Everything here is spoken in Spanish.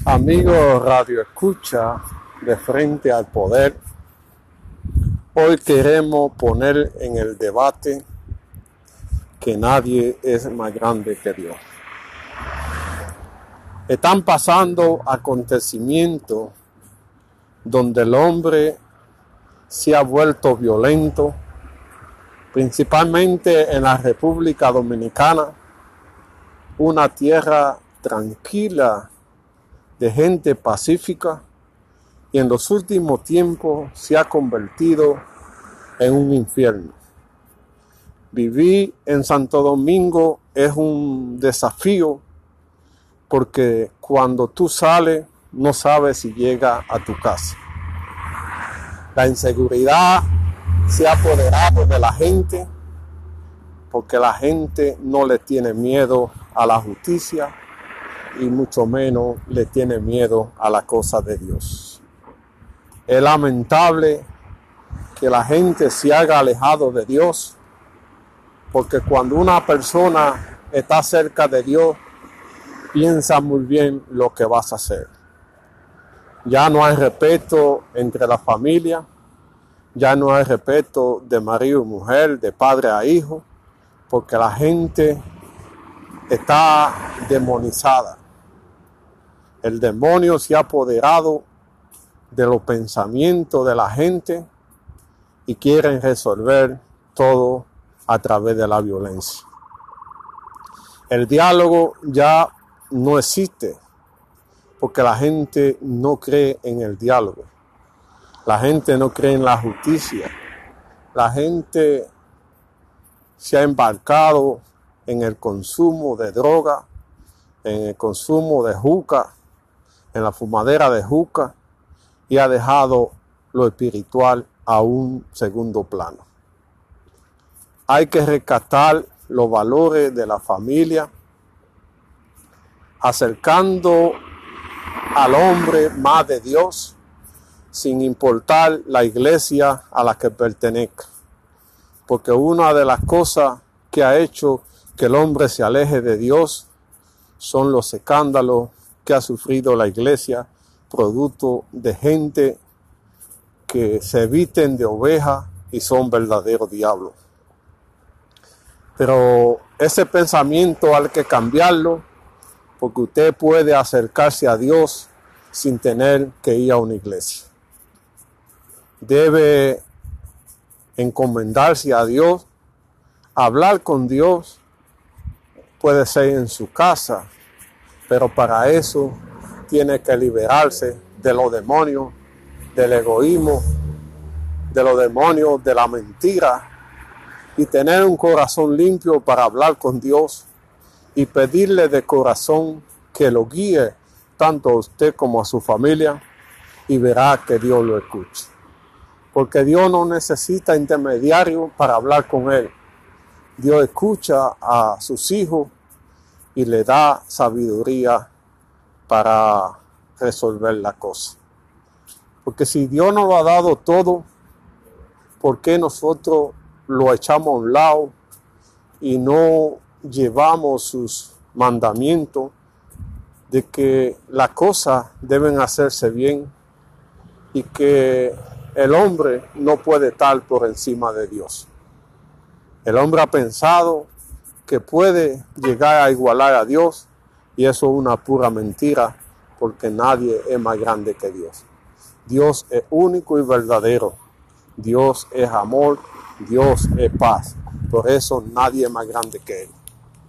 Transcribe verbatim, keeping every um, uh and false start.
Amigos Radio Escucha de Frente al Poder, hoy queremos poner en el debate que nadie es más grande que Dios. Están pasando acontecimientos donde el hombre se ha vuelto violento, principalmente en la República Dominicana, una tierra tranquila de gente pacífica, y en los últimos tiempos se ha convertido en un infierno. Vivir en Santo Domingo es un desafío porque cuando tú sales no sabes si llega a tu casa. La inseguridad se ha apoderado de la gente porque la gente no le tiene miedo a la justicia y mucho menos le tiene miedo a la cosa de Dios. Es lamentable que la gente se haya alejado de Dios, porque cuando una persona está cerca de Dios, piensa muy bien lo que vas a hacer. Ya no hay respeto entre la familia, ya no hay respeto de marido y mujer, de padre a hijo, porque la gente está demonizada. El demonio se ha apoderado de los pensamientos de la gente y quieren resolver todo a través de la violencia. El diálogo ya no existe porque la gente no cree en el diálogo. La gente no cree en la justicia. La gente se ha embarcado en el consumo de droga, en el consumo de juca, en la fumadera de juca, y ha dejado lo espiritual a un segundo plano. Hay que rescatar los valores de la familia, acercando al hombre más de Dios, sin importar la iglesia a la que pertenezca. Porque una de las cosas que ha hecho que el hombre se aleje de Dios son los escándalos que ha sufrido la iglesia, producto de gente que se visten de oveja y son verdaderos diablos. Pero ese pensamiento hay que cambiarlo, porque usted puede acercarse a Dios sin tener que ir a una iglesia. Debe encomendarse a Dios, hablar con Dios, puede ser en su casa, pero para eso tiene que liberarse de los demonios, del egoísmo, de los demonios de la mentira, y tener un corazón limpio para hablar con Dios y pedirle de corazón que lo guíe tanto a usted como a su familia, y verá que Dios lo escucha. Porque Dios no necesita intermediario para hablar con Él. Dios escucha a sus hijos y le da sabiduría para resolver la cosa. Porque si Dios nos lo ha dado todo, ¿por qué nosotros lo echamos a un lado y no llevamos sus mandamientos de que las cosas deben hacerse bien y que el hombre no puede estar por encima de Dios? El hombre ha pensado que puede llegar a igualar a Dios, y eso es una pura mentira, porque nadie es más grande que Dios. Dios es único y verdadero. Dios es amor, Dios es paz. Por eso nadie es más grande que Él.